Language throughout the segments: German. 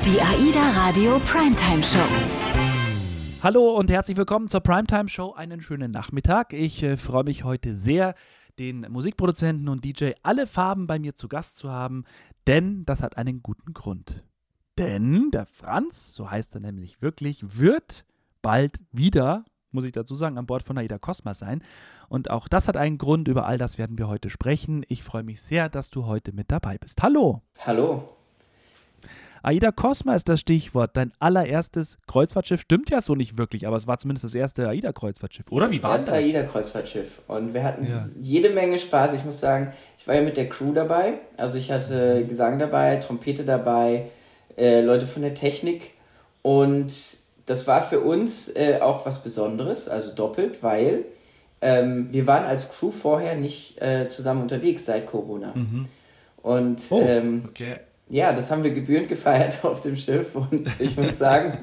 Die AIDA Radio Primetime Show. Hallo und herzlich willkommen zur Primetime Show. Einen schönen Nachmittag. Ich freue mich heute sehr, den Musikproduzenten und DJ Alle Farben bei mir zu Gast zu haben, denn das hat einen guten Grund. Denn der Franz, so heißt er nämlich wirklich, wird bald wieder, muss ich dazu sagen, an Bord von AIDA Cosma sein. Und auch das hat einen Grund, über all das werden wir heute sprechen. Ich freue mich sehr, dass du heute mit dabei bist. Hallo. Hallo. AIDA Cosma ist das Stichwort. Dein allererstes Kreuzfahrtschiff stimmt ja so nicht wirklich, aber es war zumindest das erste AIDA-Kreuzfahrtschiff, oder? Wie war das? Das erste AIDA-Kreuzfahrtschiff. Und wir hatten jede Menge Spaß. Ich muss sagen, ich war ja mit der Crew dabei. Also ich hatte Gesang dabei, Trompete dabei, Leute von der Technik. Und das war für uns auch was Besonderes, also doppelt, weil wir waren als Crew vorher nicht zusammen unterwegs seit Corona. Mhm. Und okay. Ja, das haben wir gebührend gefeiert auf dem Schiff und ich muss sagen,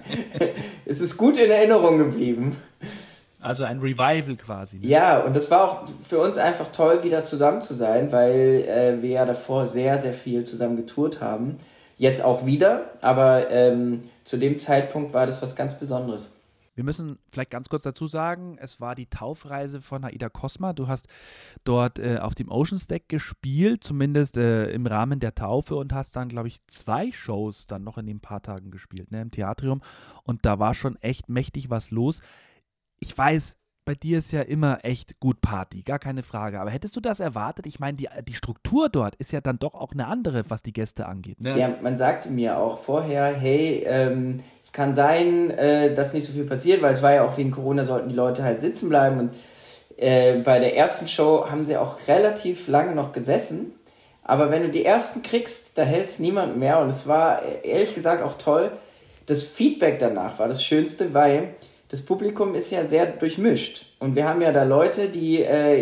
es ist gut in Erinnerung geblieben. Also ein Revival quasi. Ne? Ja, und das war auch für uns einfach toll, wieder zusammen zu sein, weil wir ja davor sehr, sehr viel zusammen getourt haben. Jetzt auch wieder, aber zu dem Zeitpunkt war das was ganz Besonderes. Wir müssen vielleicht ganz kurz dazu sagen, es war die Taufreise von AIDA Cosma. Du hast dort auf dem Oceans Deck gespielt, zumindest im Rahmen der Taufe und hast dann, glaube ich, 2 Shows dann noch in den paar Tagen gespielt, ne, im Theatrium. Und da war schon echt mächtig was los. Ich weiß, bei dir ist ja immer echt gut Party, gar keine Frage. Aber hättest du das erwartet? Ich meine, die Struktur dort ist ja dann doch auch eine andere, was die Gäste angeht. Ne? Ja, man sagte mir auch vorher, hey, es kann sein, dass nicht so viel passiert, weil es war ja auch wegen Corona, sollten die Leute halt sitzen bleiben. Und bei der ersten Show haben sie auch relativ lange noch gesessen. Aber wenn du die ersten kriegst, da hält es niemand mehr. Und es war ehrlich gesagt auch toll. Das Feedback danach war das Schönste, weil das Publikum ist ja sehr durchmischt. Und wir haben ja da Leute, die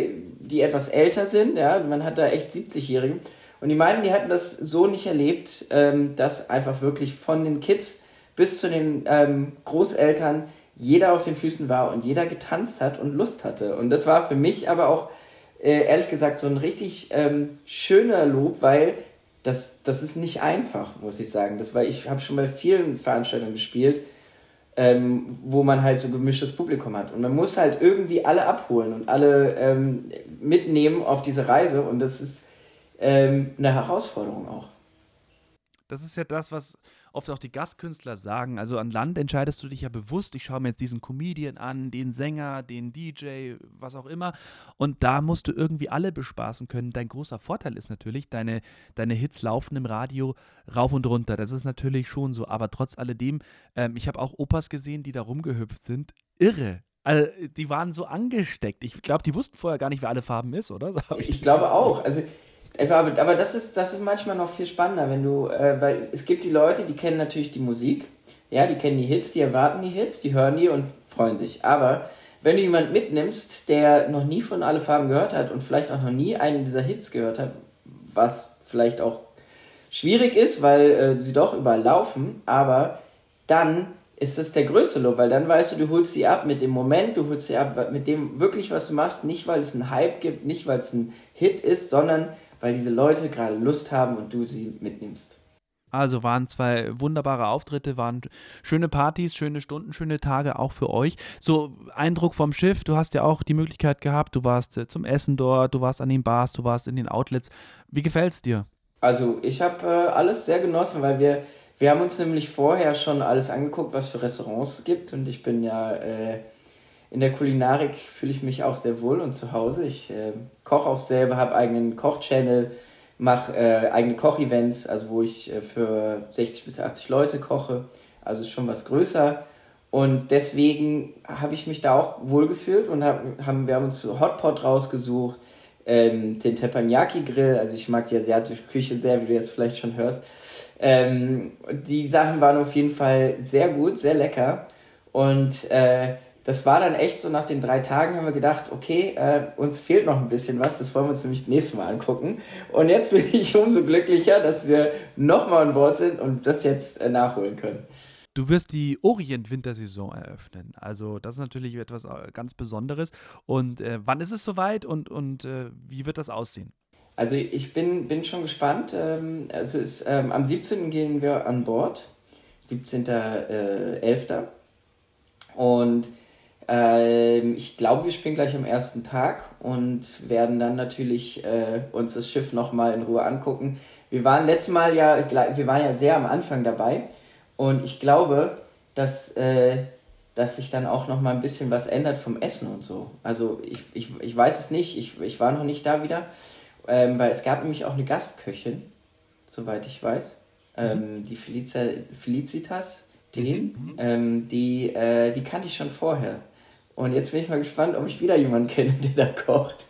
etwas älter sind. Ja? Man hat da echt 70-Jährige. Und die meinten, die hatten das so nicht erlebt, dass einfach wirklich von den Kids bis zu den Großeltern jeder auf den Füßen war und jeder getanzt hat und Lust hatte. Und das war für mich aber auch, ehrlich gesagt, so ein richtig schöner Lob, weil das ist nicht einfach, muss ich sagen. Ich habe schon bei vielen Veranstaltungen gespielt, wo man halt so gemischtes Publikum hat. Und man muss halt irgendwie alle abholen und alle mitnehmen auf diese Reise. Und das ist eine Herausforderung auch. Das ist ja das, was oft auch die Gastkünstler sagen. Also an Land entscheidest du dich ja bewusst, ich schaue mir jetzt diesen Comedian an, den Sänger, den DJ, was auch immer. Und da musst du irgendwie alle bespaßen können. Dein großer Vorteil ist natürlich, deine Hits laufen im Radio rauf und runter. Das ist natürlich schon so. Aber trotz alledem, ich habe auch Opas gesehen, die da rumgehüpft sind. Irre. Also, die waren so angesteckt. Ich glaube, die wussten vorher gar nicht, wer Alle Farben ist, oder? So ich glaube auch. Also aber das ist manchmal noch viel spannender, wenn du, weil es gibt die Leute, die kennen natürlich die Musik, ja, die kennen die Hits, die erwarten die Hits, die hören die und freuen sich. Aber wenn du jemanden mitnimmst, der noch nie von Alle Farben gehört hat und vielleicht auch noch nie einen dieser Hits gehört hat, was vielleicht auch schwierig ist, weil sie doch überall laufen, aber dann ist das der größte Lob, weil dann weißt du holst sie ab mit dem Moment, du holst sie ab mit dem wirklich, was du machst, nicht weil es einen Hype gibt, nicht weil es ein Hit ist, sondern weil diese Leute gerade Lust haben und du sie mitnimmst. Also waren 2 wunderbare Auftritte, waren schöne Partys, schöne Stunden, schöne Tage auch für euch. So Eindruck vom Schiff, du hast ja auch die Möglichkeit gehabt, du warst zum Essen dort, du warst an den Bars, du warst in den Outlets. Wie gefällt's dir? Also ich habe alles sehr genossen, weil wir haben uns nämlich vorher schon alles angeguckt, was für Restaurants es gibt und ich bin ja in der Kulinarik fühle ich mich auch sehr wohl und zu Hause. Ich koche auch selber, habe eigenen Kochchannel, mache eigene Kochevents, also wo ich für 60 bis 80 Leute koche, also ist schon was größer. Und deswegen habe ich mich da auch wohlgefühlt und wir haben uns so Hotpot rausgesucht, den Teppanyaki-Grill, also ich mag die asiatische Küche sehr, wie du jetzt vielleicht schon hörst. Die Sachen waren auf jeden Fall sehr gut, sehr lecker und das war dann echt so, nach den 3 Tagen haben wir gedacht, okay, uns fehlt noch ein bisschen was, das wollen wir uns nämlich nächstes Mal angucken. Und jetzt bin ich umso glücklicher, dass wir nochmal an Bord sind und das jetzt nachholen können. Du wirst die Orient-Wintersaison eröffnen. Also das ist natürlich etwas ganz Besonderes. Und wann ist es soweit und wie wird das aussehen? Also ich bin schon gespannt. Am 17. gehen wir an Bord. 17.11. Und ich glaube, wir spielen gleich am ersten Tag und werden dann natürlich uns das Schiff nochmal in Ruhe angucken. Wir waren letztes Mal wir waren ja sehr am Anfang dabei und ich glaube, dass sich dann auch nochmal ein bisschen was ändert vom Essen und so. Also ich weiß es nicht, ich war noch nicht da wieder, weil es gab nämlich auch eine Gastköchin, soweit ich weiß, die Felicitas, die kannte ich schon vorher. Und jetzt bin ich mal gespannt, ob ich wieder jemanden kenne, der da kocht.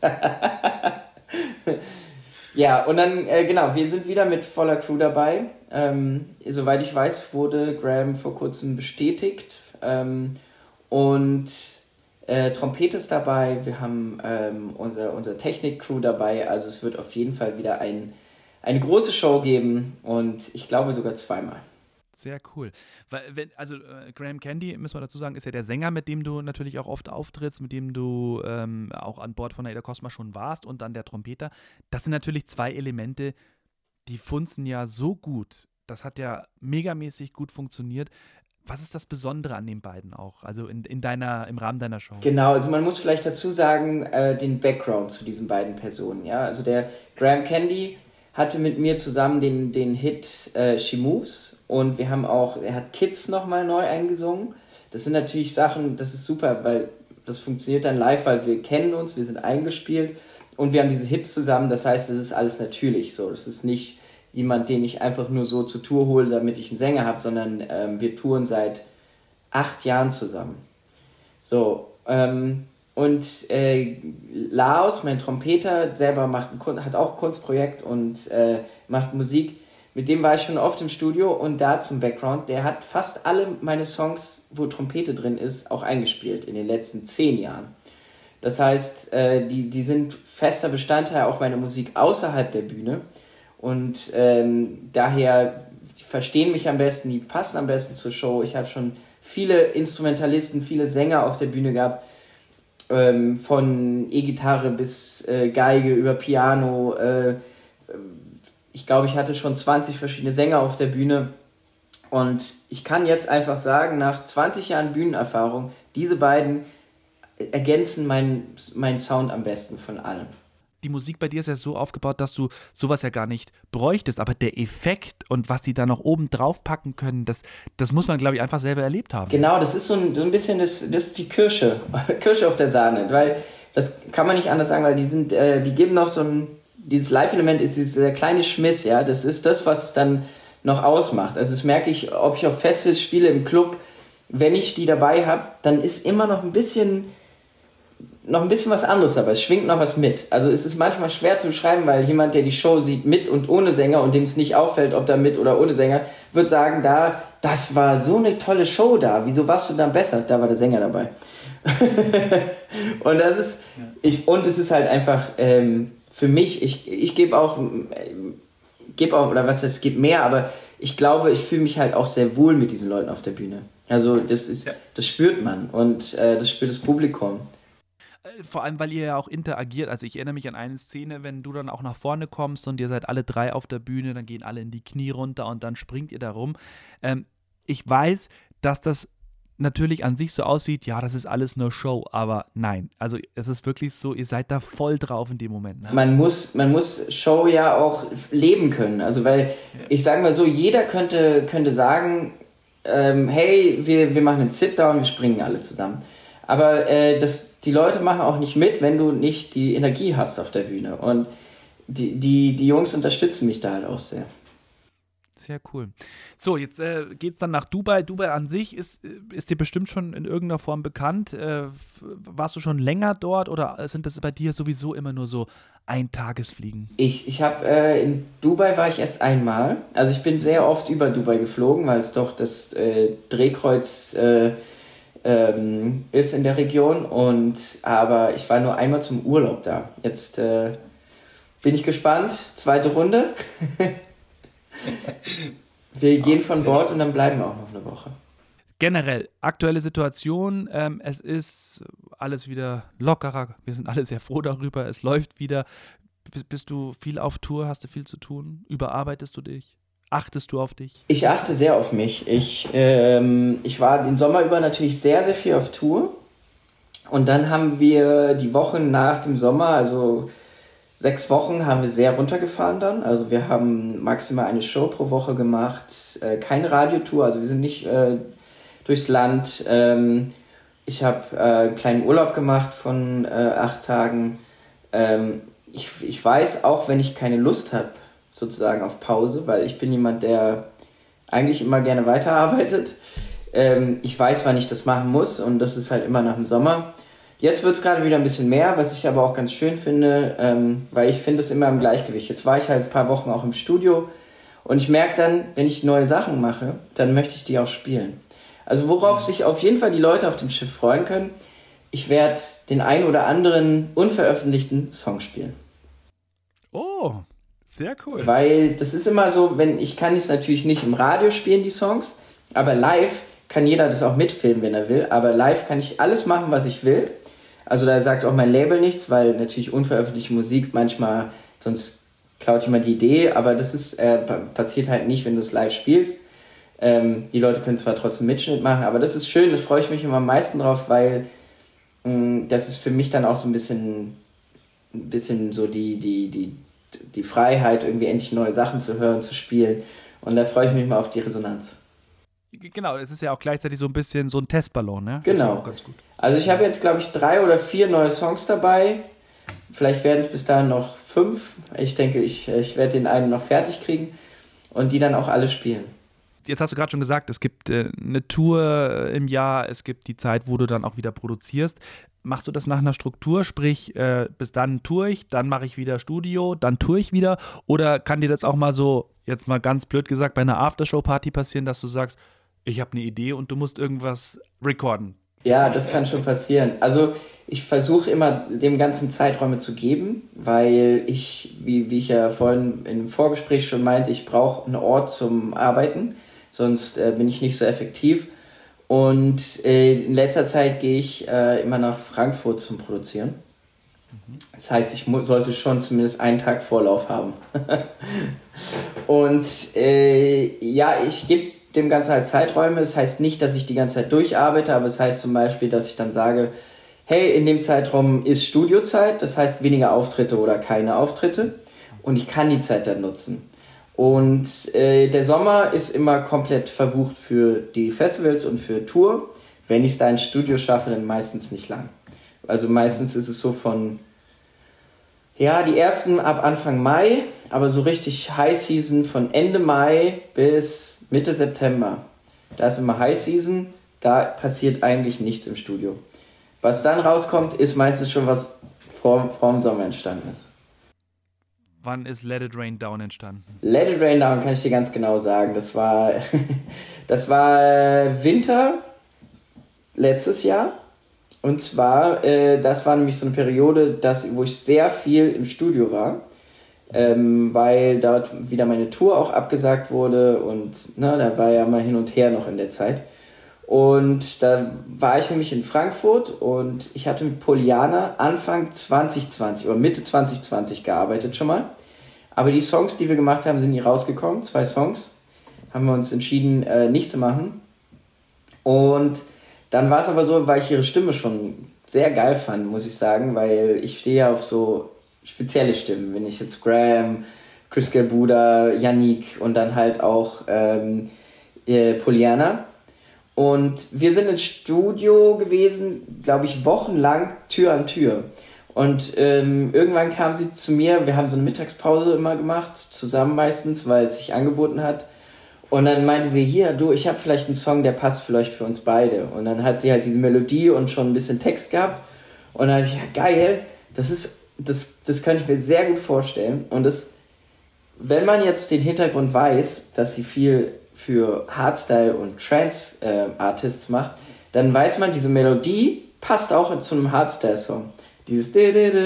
Ja, und dann, genau, wir sind wieder mit voller Crew dabei. Soweit ich weiß, wurde Graham vor kurzem bestätigt. Und Trompete ist dabei, wir haben unser Technik-Crew dabei. Also es wird auf jeden Fall wieder eine große Show geben und ich glaube sogar zweimal. Sehr cool. Graham Candy, müssen wir dazu sagen, ist ja der Sänger, mit dem du natürlich auch oft auftrittst, mit dem du auch an Bord von Aida Cosma schon warst und dann der Trompeter. Das sind natürlich zwei Elemente, die funzen ja so gut. Das hat ja megamäßig gut funktioniert. Was ist das Besondere an den beiden auch, also im Rahmen deiner Show? Genau, also man muss vielleicht dazu sagen, den Background zu diesen beiden Personen. Ja? Also der Graham Candy hatte mit mir zusammen den Hit She Moves und er hat Kids nochmal neu eingesungen. Das sind natürlich Sachen, das ist super, weil das funktioniert dann live, weil wir kennen uns, wir sind eingespielt und wir haben diese Hits zusammen, das heißt, es ist alles natürlich so. Das ist nicht jemand, den ich einfach nur so zur Tour hole, damit ich einen Sänger habe, sondern wir touren seit 8 Jahren zusammen. So, und Laos, mein Trompeter, selber hat auch ein Kunstprojekt und macht Musik. Mit dem war ich schon oft im Studio und da zum Background, der hat fast alle meine Songs, wo Trompete drin ist, auch eingespielt in den letzten 10 Jahren. Das heißt, die sind fester Bestandteil auch meiner Musik außerhalb der Bühne und daher, die verstehen mich am besten, die passen am besten zur Show. Ich habe schon viele Instrumentalisten, viele Sänger auf der Bühne gehabt, von E-Gitarre bis Geige über Piano. Ich glaube, ich hatte schon 20 verschiedene Sänger auf der Bühne. Und ich kann jetzt einfach sagen, nach 20 Jahren Bühnenerfahrung, diese beiden ergänzen meinen Sound am besten von allem. Die Musik bei dir ist ja so aufgebaut, dass du sowas ja gar nicht bräuchtest, aber der Effekt und was die da noch oben drauf packen können, das muss man, glaube ich, einfach selber erlebt haben. Genau, das ist so ein bisschen, das ist die Kirsche auf der Sahne, weil das kann man nicht anders sagen, weil die geben noch dieses Live-Element ist dieser kleine Schmiss, ja, das ist das, was es dann noch ausmacht. Also das merke ich, ob ich auf Festivals spiele, im Club, wenn ich die dabei habe, dann ist immer noch ein bisschen was anderes dabei, es schwingt noch was mit. Also es ist manchmal schwer zu beschreiben, weil jemand, der die Show sieht mit und ohne Sänger und dem es nicht auffällt, ob da mit oder ohne Sänger, wird sagen, das war so eine tolle Show da, wieso warst du dann besser? Da war der Sänger dabei. Und das ist, es ist halt einfach für mich, ich gebe auch, oder was heißt, es gibt mehr, aber ich glaube, ich fühle mich halt auch sehr wohl mit diesen Leuten auf der Bühne. Also das spürt man und das spürt das Publikum. Vor allem, weil ihr ja auch interagiert. Also ich erinnere mich an eine Szene, wenn du dann auch nach vorne kommst und ihr seid alle 3 auf der Bühne, dann gehen alle in die Knie runter und dann springt ihr da rum. Ich weiß, dass das natürlich an sich so aussieht, ja, das ist alles nur Show, aber nein. Also es ist wirklich so, ihr seid da voll drauf in dem Moment. Ne? Man muss Show ja auch leben können. Also weil, ich sage mal so, jeder könnte sagen, hey, wir machen einen Sit-Down, wir springen alle zusammen. Aber die Leute machen auch nicht mit, wenn du nicht die Energie hast auf der Bühne. Und die Jungs unterstützen mich da halt auch sehr. Sehr cool. So, jetzt geht es dann nach Dubai. Dubai an sich ist dir bestimmt schon in irgendeiner Form bekannt. Warst du schon länger dort oder sind das bei dir sowieso immer nur so Eintagesfliegen? Ich habe in Dubai war ich erst einmal. Also ich bin sehr oft über Dubai geflogen, weil es doch das Drehkreuz ist in der Region. Aber ich war nur einmal zum Urlaub da. Jetzt bin ich gespannt. 2. Runde. Wir gehen von Bord und dann bleiben wir auch noch eine Woche. Generell, aktuelle Situation, es ist alles wieder lockerer, wir sind alle sehr froh darüber, es läuft wieder. Bist du viel auf Tour, hast du viel zu tun, überarbeitest du dich? achtest du auf dich? Ich achte sehr auf mich. Ich war den Sommer über natürlich sehr, sehr viel auf Tour. Und dann haben wir die Wochen nach dem Sommer, also 6 Wochen, haben wir sehr runtergefahren dann. Also wir haben maximal eine Show pro Woche gemacht, keine Radiotour, also wir sind nicht durchs Land. Ich habe einen kleinen Urlaub gemacht von 8 Tagen. Ich weiß auch, wenn ich keine Lust habe, sozusagen auf Pause, weil ich bin jemand, der eigentlich immer gerne weiterarbeitet. Ich weiß, wann ich das machen muss und das ist halt immer nach dem Sommer. Jetzt wird es gerade wieder ein bisschen mehr, was ich aber auch ganz schön finde, weil ich finde es immer im Gleichgewicht. Jetzt war ich halt ein paar Wochen auch im Studio und ich merke dann, wenn ich neue Sachen mache, dann möchte ich die auch spielen. Also worauf sich auf jeden Fall die Leute auf dem Schiff freuen können, ich werde den ein oder anderen unveröffentlichten Song spielen. Oh, sehr cool. Weil das ist immer so, ich kann es natürlich nicht im Radio spielen, die Songs, aber live kann jeder das auch mitfilmen, wenn er will, aber live kann ich alles machen, was ich will. Also da sagt auch mein Label nichts, weil natürlich unveröffentlichte Musik manchmal, sonst klaut jemand die Idee, aber das ist passiert halt nicht, wenn du es live spielst. Die Leute können zwar trotzdem Mitschnitt machen, aber das ist schön, da freue ich mich immer am meisten drauf, weil das ist für mich dann auch so ein bisschen so die Freiheit, irgendwie endlich neue Sachen zu hören, zu spielen. Und da freue ich mich mal auf die Resonanz. Genau, es ist ja auch gleichzeitig so ein bisschen so ein Testballon, ne? Genau. Das ist ja auch ganz gut. Also ich habe jetzt, glaube ich, 3 oder 4 neue Songs dabei. Vielleicht werden es bis dahin noch 5. Ich denke, ich werde den einen noch fertig kriegen und die dann auch alle spielen. Jetzt hast du gerade schon gesagt, es gibt eine Tour im Jahr, es gibt die Zeit, wo du dann auch wieder produzierst. Machst du das nach einer Struktur, sprich, bis dann tour ich, dann mache ich wieder Studio, dann tour ich wieder? Oder kann dir das auch mal so, jetzt mal ganz blöd gesagt, bei einer Aftershow-Party passieren, dass du sagst, ich habe eine Idee und du musst irgendwas recorden? Ja, das kann schon passieren. Also ich versuche immer, dem ganzen Zeiträume zu geben, weil ich, wie ich ja vorhin im Vorgespräch schon meinte, ich brauche einen Ort zum Arbeiten, sonst bin ich nicht so effektiv. Und in letzter Zeit gehe ich immer nach Frankfurt zum Produzieren. Das heißt, ich sollte schon zumindest einen Tag Vorlauf haben. Und ich gebe dem Ganzen halt Zeiträume. Das heißt nicht, dass ich die ganze Zeit durcharbeite, aber es heißt zum Beispiel, dass ich dann sage, hey, in dem Zeitraum ist Studiozeit, das heißt weniger Auftritte oder keine Auftritte und ich kann die Zeit dann nutzen. Und der Sommer ist immer komplett verbucht für die Festivals und für Tour. Wenn ich es da ins Studio schaffe, dann meistens nicht lang. Also meistens ist es so die ersten ab Anfang Mai, aber so richtig High Season von Ende Mai bis Mitte September. Da ist immer High Season, da passiert eigentlich nichts im Studio. Was dann rauskommt, ist meistens schon was vorm Sommer entstanden ist. Wann ist Let It Rain Down entstanden? Let It Rain Down kann ich dir ganz genau sagen. Das war Winter letztes Jahr. Und zwar, das war nämlich so eine Periode, wo ich sehr viel im Studio war. Weil dort wieder meine Tour auch abgesagt wurde und da war ja mal hin und her noch in der Zeit. Und da war ich nämlich in Frankfurt und ich hatte mit Polyana Anfang 2020 oder Mitte 2020 gearbeitet schon mal. Aber die Songs, die wir gemacht haben, sind nie rausgekommen. 2 Songs. Haben wir uns entschieden, nicht zu machen. Und dann war es aber so, weil ich ihre Stimme schon sehr geil fand, muss ich sagen, weil ich stehe ja auf so spezielle Stimmen. Wenn ich jetzt Graham, Chris Gelbuda, Yannick und dann halt auch Polyana. Und wir sind ins Studio gewesen, glaube ich, wochenlang Tür an Tür. Und irgendwann kam sie zu mir, wir haben so eine Mittagspause immer gemacht, zusammen meistens, weil es sich angeboten hat. Und dann meinte sie, hier, du, ich habe vielleicht einen Song, der passt vielleicht für uns beide. Und dann hat sie halt diese Melodie und schon ein bisschen Text gehabt. Und dann habe ich, ja geil, das kann ich mir sehr gut vorstellen. Und wenn man jetzt den Hintergrund weiß, dass sie viel für Hardstyle und Trance-Artists macht, dann weiß man, diese Melodie passt auch zu einem Hardstyle-Song. Dieses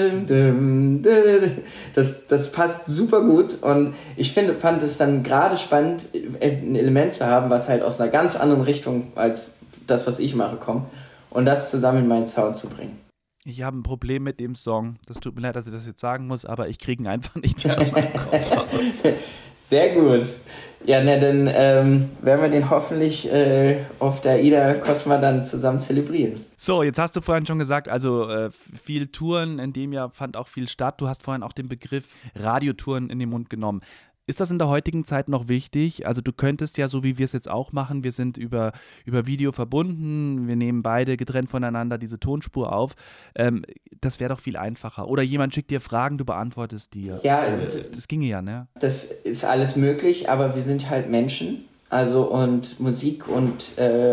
das passt super gut und ich fand es dann gerade spannend, ein Element zu haben, was halt aus einer ganz anderen Richtung als das, was ich mache, kommt und das zusammen in meinen Sound zu bringen. Ich habe ein Problem mit dem Song. Das tut mir leid, dass ich das jetzt sagen muss, aber ich kriege ihn einfach nicht mehr aus meinem Kopf raus. Sehr gut. Ja, ne, dann werden wir den hoffentlich auf der AIDA Cosma dann zusammen zelebrieren. So, jetzt hast du vorhin schon gesagt, also viel Touren, in dem Jahr fand auch viel statt. Du hast vorhin auch den Begriff Radiotouren in den Mund genommen. Ist das in der heutigen Zeit noch wichtig? Also du könntest ja, so wie wir es jetzt auch machen, wir sind über Video verbunden, wir nehmen beide getrennt voneinander diese Tonspur auf. Das wäre doch viel einfacher. Oder jemand schickt dir Fragen, du beantwortest die. Ja, das ginge ja, ne? Das ist alles möglich, aber wir sind halt Menschen. Also und Musik und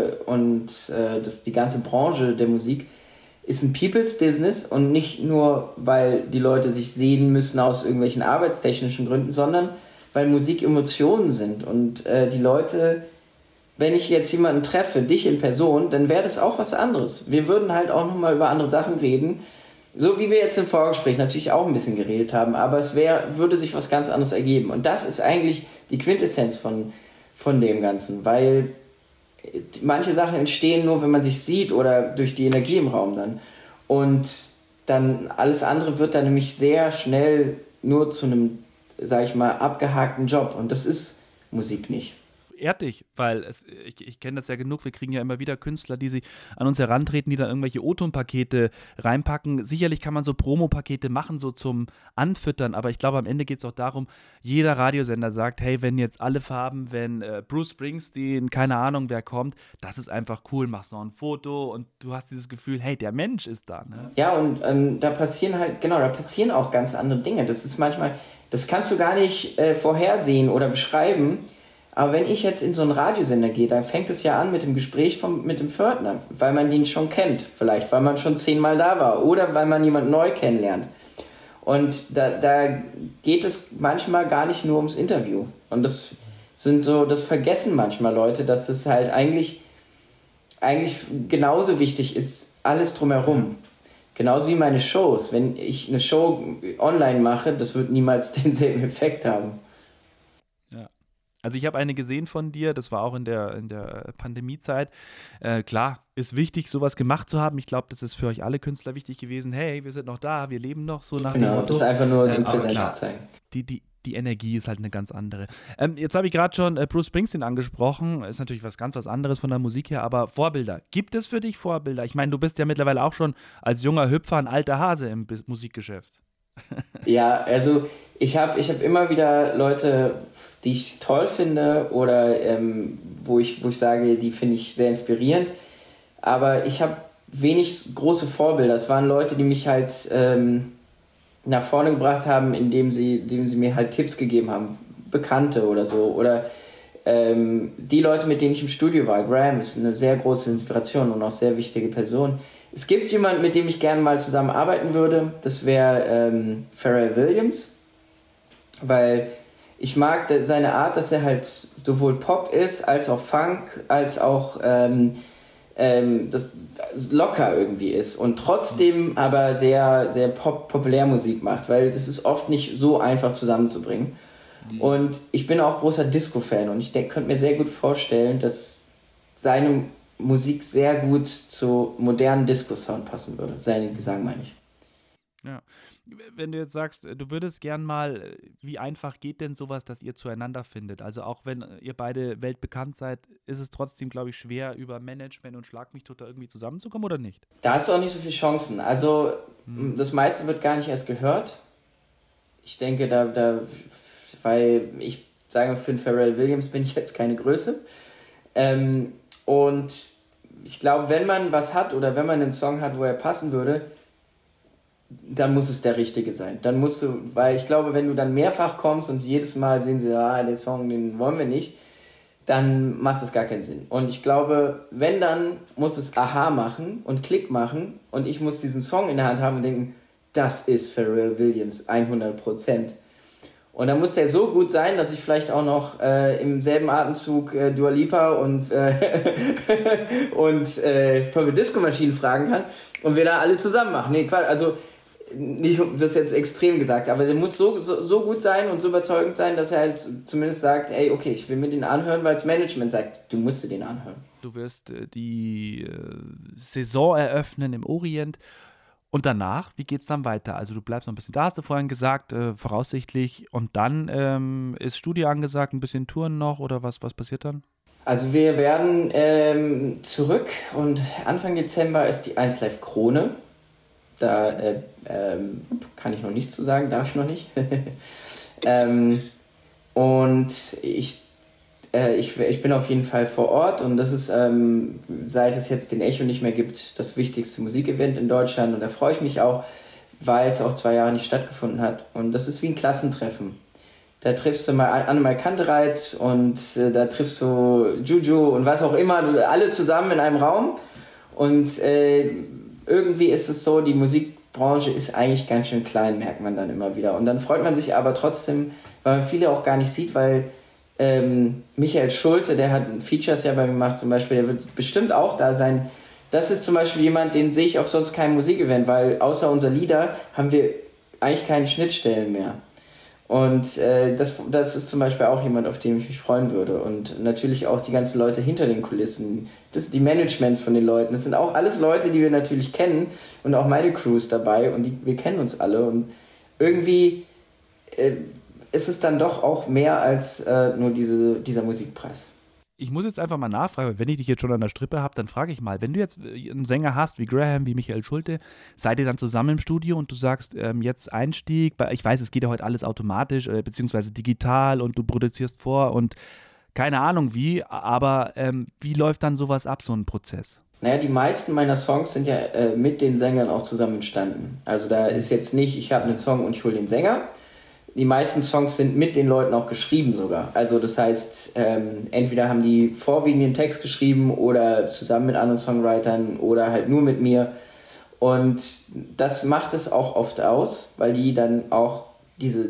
die ganze Branche der Musik ist ein People's Business und nicht nur, weil die Leute sich sehen müssen aus irgendwelchen arbeitstechnischen Gründen, sondern weil Musik Emotionen sind und die Leute, wenn ich jetzt jemanden treffe, dich in Person, dann wäre das auch was anderes. Wir würden halt auch nochmal über andere Sachen reden, so wie wir jetzt im Vorgespräch natürlich auch ein bisschen geredet haben, aber würde sich was ganz anderes ergeben. Und das ist eigentlich die Quintessenz von dem Ganzen, weil manche Sachen entstehen nur, wenn man sich sieht oder durch die Energie im Raum dann. Und dann alles andere wird dann nämlich sehr schnell nur zu einem, sag ich mal, abgehakten Job. Und das ist Musik nicht. Ehrt dich, weil ich kenne das ja genug, wir kriegen ja immer wieder Künstler, die sich an uns herantreten, die dann irgendwelche O-Ton-Pakete reinpacken. Sicherlich kann man so Promo-Pakete machen, so zum Anfüttern, aber ich glaube, am Ende geht es auch darum, jeder Radiosender sagt, hey, wenn jetzt alle Farben, wenn Bruce Springsteen, keine Ahnung, wer kommt, das ist einfach cool, machst noch ein Foto und du hast dieses Gefühl, hey, der Mensch ist da. Ne? Ja, und da passieren auch ganz andere Dinge. Das ist manchmal, das kannst du gar nicht vorhersehen oder beschreiben. Aber wenn ich jetzt in so einen Radiosender gehe, dann fängt es ja an mit dem Gespräch mit dem Pförtner, weil man den schon kennt, vielleicht, weil man schon 10-mal da war oder weil man jemanden neu kennenlernt. Und da geht es manchmal gar nicht nur ums Interview. Und das vergessen manchmal Leute, dass es halt eigentlich genauso wichtig ist, alles drumherum. Genauso wie meine Shows. Wenn ich eine Show online mache, das wird niemals denselben Effekt haben. Also ich habe eine gesehen von dir, das war auch in der Pandemiezeit. Klar, ist wichtig, sowas gemacht zu haben. Ich glaube, das ist für euch alle Künstler wichtig gewesen. Hey, wir sind noch da, wir leben noch, so nach dem Motto. Das ist einfach nur die Präsenz zu zeigen. Die Energie ist halt eine ganz andere. Jetzt habe ich gerade schon Bruce Springsteen angesprochen. Ist natürlich was anderes von der Musik her, aber Vorbilder. Gibt es für dich Vorbilder? Ich meine, du bist ja mittlerweile auch schon als junger Hüpfer ein alter Hase im Musikgeschäft. Ja, also ich hab immer wieder Leute, die ich toll finde oder wo ich sage, die finde ich sehr inspirierend. Aber ich habe wenig große Vorbilder. Es waren Leute, die mich halt nach vorne gebracht haben, indem sie mir halt Tipps gegeben haben. Bekannte oder so. Oder die Leute, mit denen ich im Studio war. Graham ist eine sehr große Inspiration und auch sehr wichtige Person. Es gibt jemanden, mit dem ich gerne mal zusammenarbeiten würde. Das wäre Pharrell Williams. Weil ich mag seine Art, dass er halt sowohl Pop ist, als auch Funk, als auch das locker irgendwie ist. Und trotzdem aber sehr, sehr Populärmusik macht. Weil das ist oft nicht so einfach zusammenzubringen. Und ich bin auch großer Disco-Fan. Und ich könnte mir sehr gut vorstellen, dass seine Musik sehr gut zu modernen Disco-Sound passen würde. Seinen Gesang meine ich. Ja. Wenn du jetzt sagst, du würdest gern mal, wie einfach geht denn sowas, dass ihr zueinander findet? Also auch wenn ihr beide weltbekannt seid, ist es trotzdem, glaube ich, schwer, über Management und Schlag mich tot da irgendwie zusammenzukommen oder nicht? Da hast du auch nicht so viele Chancen. Also das meiste wird gar nicht erst gehört. Ich denke, weil ich sage, für den Pharrell Williams bin ich jetzt keine Größe. Und ich glaube, wenn man was hat oder wenn man einen Song hat, wo er passen würde, dann muss es der richtige sein. Dann musst du, weil ich glaube, wenn du dann mehrfach kommst und jedes Mal sehen sie, den Song, den wollen wir nicht, dann macht das gar keinen Sinn. Und ich glaube, wenn, dann muss es Aha machen und Klick machen und ich muss diesen Song in der Hand haben und denken, das ist Pharrell Williams, 100%. Und dann muss der so gut sein, dass ich vielleicht auch noch im selben Atemzug Dua Lipa und Purple Disco Machine fragen kann und wir da alle zusammen machen. Nee, Quatsch, also nicht das jetzt extrem gesagt, aber der muss so gut sein und so überzeugend sein, dass er halt zumindest sagt, ey, okay, ich will mir den anhören, weil das Management sagt, du musst dir den anhören. Du wirst die Saison eröffnen im Orient. Und danach, wie geht es dann weiter? Also du bleibst noch ein bisschen da, hast du vorhin gesagt, voraussichtlich. Und dann ist Studio angesagt, ein bisschen Touren noch oder was passiert dann? Also wir werden zurück und Anfang Dezember ist die 1 Live Krone. Da kann ich noch nichts zu sagen, darf ich noch nicht. Und ich bin auf jeden Fall vor Ort und das ist, seit es jetzt den Echo nicht mehr gibt, das wichtigste Musikevent in Deutschland und da freue ich mich auch, weil es auch 2 Jahre nicht stattgefunden hat und das ist wie ein Klassentreffen. Da triffst du mal Annemal Kantereit und da triffst du Juju und was auch immer, alle zusammen in einem Raum und irgendwie ist es so, die Musikbranche ist eigentlich ganz schön klein, merkt man dann immer wieder und dann freut man sich aber trotzdem, weil man viele auch gar nicht sieht, weil Michael Schulte, der hat Features ja bei mir gemacht zum Beispiel, der wird bestimmt auch da sein. Das ist zum Beispiel jemand, den sehe ich auf sonst keinem Musikevent, weil außer unser Lieder haben wir eigentlich keine Schnittstellen mehr. Und das ist zum Beispiel auch jemand, auf den ich mich freuen würde. Und natürlich auch die ganzen Leute hinter den Kulissen, die Managements von den Leuten. Das sind auch alles Leute, die wir natürlich kennen und auch meine Crew ist dabei und wir kennen uns alle. Und irgendwie ist es dann doch auch mehr als nur dieser Musikpreis. Ich muss jetzt einfach mal nachfragen, weil wenn ich dich jetzt schon an der Strippe habe, dann frage ich mal, wenn du jetzt einen Sänger hast wie Graham, wie Michael Schulte, seid ihr dann zusammen im Studio und du sagst jetzt Einstieg, ich weiß, es geht ja heute alles automatisch beziehungsweise digital und du produzierst vor und keine Ahnung wie, aber wie läuft dann sowas ab, so ein Prozess? Naja, die meisten meiner Songs sind ja mit den Sängern auch zusammen entstanden. Also da ist jetzt nicht, ich habe einen Song und ich hole den Sänger. Die meisten Songs sind mit den Leuten auch geschrieben sogar. Also das heißt, entweder haben die vorwiegend den Text geschrieben oder zusammen mit anderen Songwritern oder halt nur mit mir. Und das macht es auch oft aus, weil die dann auch diese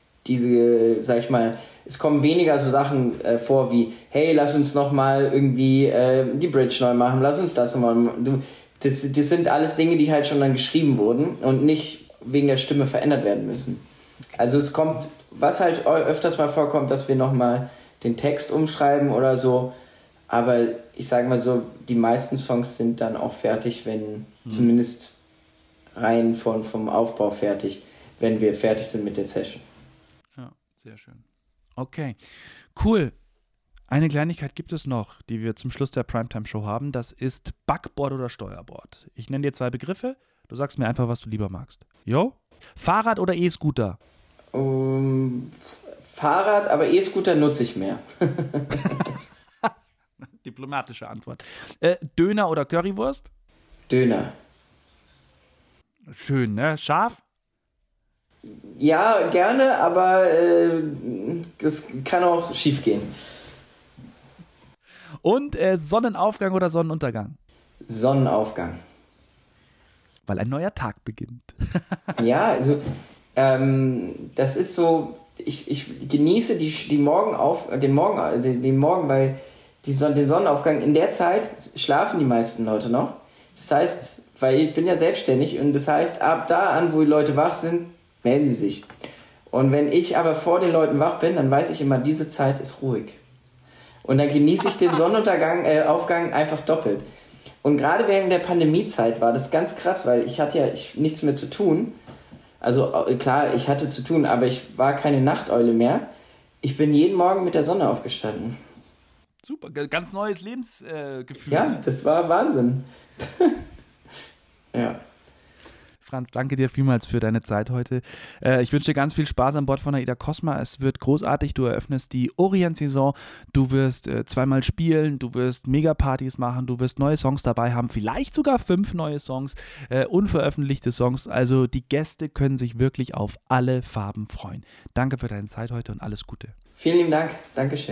sag ich mal, es kommen weniger so Sachen vor wie, hey, lass uns nochmal irgendwie die Bridge neu machen, lass uns das nochmal. Das sind alles Dinge, die halt schon dann geschrieben wurden und nicht wegen der Stimme verändert werden müssen. Also es kommt, was halt öfters mal vorkommt, dass wir nochmal den Text umschreiben oder so, aber ich sage mal so, die meisten Songs sind dann auch fertig, wenn zumindest rein vom Aufbau fertig, wenn wir fertig sind mit der Session. Ja, sehr schön. Okay, cool. Eine Kleinigkeit gibt es noch, die wir zum Schluss der Primetime-Show haben, das ist Backboard oder Steuerbord. Ich nenne dir 2 Begriffe, du sagst mir einfach, was du lieber magst. Jo? Fahrrad oder E-Scooter? Fahrrad, aber E-Scooter nutze ich mehr. Diplomatische Antwort. Döner oder Currywurst? Döner. Schön, ne? Scharf? Ja, gerne, aber das kann auch schief gehen. Und Sonnenaufgang oder Sonnenuntergang? Sonnenaufgang. Weil ein neuer Tag beginnt. Ja, also das ist so, ich genieße den Morgen, weil den Sonnenaufgang, in der Zeit schlafen die meisten Leute noch. Das heißt, weil ich bin ja selbstständig und das heißt, ab da an, wo die Leute wach sind, melden sie sich. Und wenn ich aber vor den Leuten wach bin, dann weiß ich immer, diese Zeit ist ruhig. Und dann genieße ich den Aufgang einfach doppelt. Und gerade während der Pandemiezeit war das ganz krass, weil ich hatte ja nichts mehr zu tun. Also klar, ich hatte zu tun, aber ich war keine Nachteule mehr. Ich bin jeden Morgen mit der Sonne aufgestanden. Super, ganz neues Lebensgefühl. Ja, das war Wahnsinn. Ja. Franz, danke dir vielmals für deine Zeit heute. Ich wünsche dir ganz viel Spaß an Bord von AIDA Cosma. Es wird großartig. Du eröffnest die Orient-Saison. Du wirst 2-mal spielen. Du wirst Megapartys machen. Du wirst neue Songs dabei haben. Vielleicht sogar 5 neue Songs, unveröffentlichte Songs. Also die Gäste können sich wirklich auf alle Farben freuen. Danke für deine Zeit heute und alles Gute. Vielen lieben Dank. Dankeschön.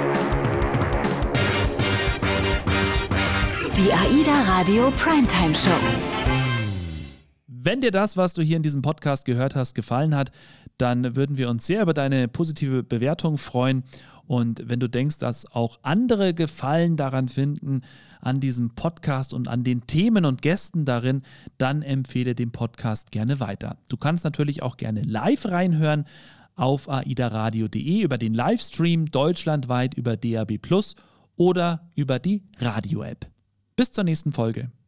Die AIDA Radio Primetime Show. Wenn dir das, was du hier in diesem Podcast gehört hast, gefallen hat, dann würden wir uns sehr über deine positive Bewertung freuen. Und wenn du denkst, dass auch andere Gefallen daran finden, an diesem Podcast und an den Themen und Gästen darin, dann empfehle den Podcast gerne weiter. Du kannst natürlich auch gerne live reinhören auf aidaradio.de über den Livestream deutschlandweit über DAB+ oder über die Radio-App. Bis zur nächsten Folge.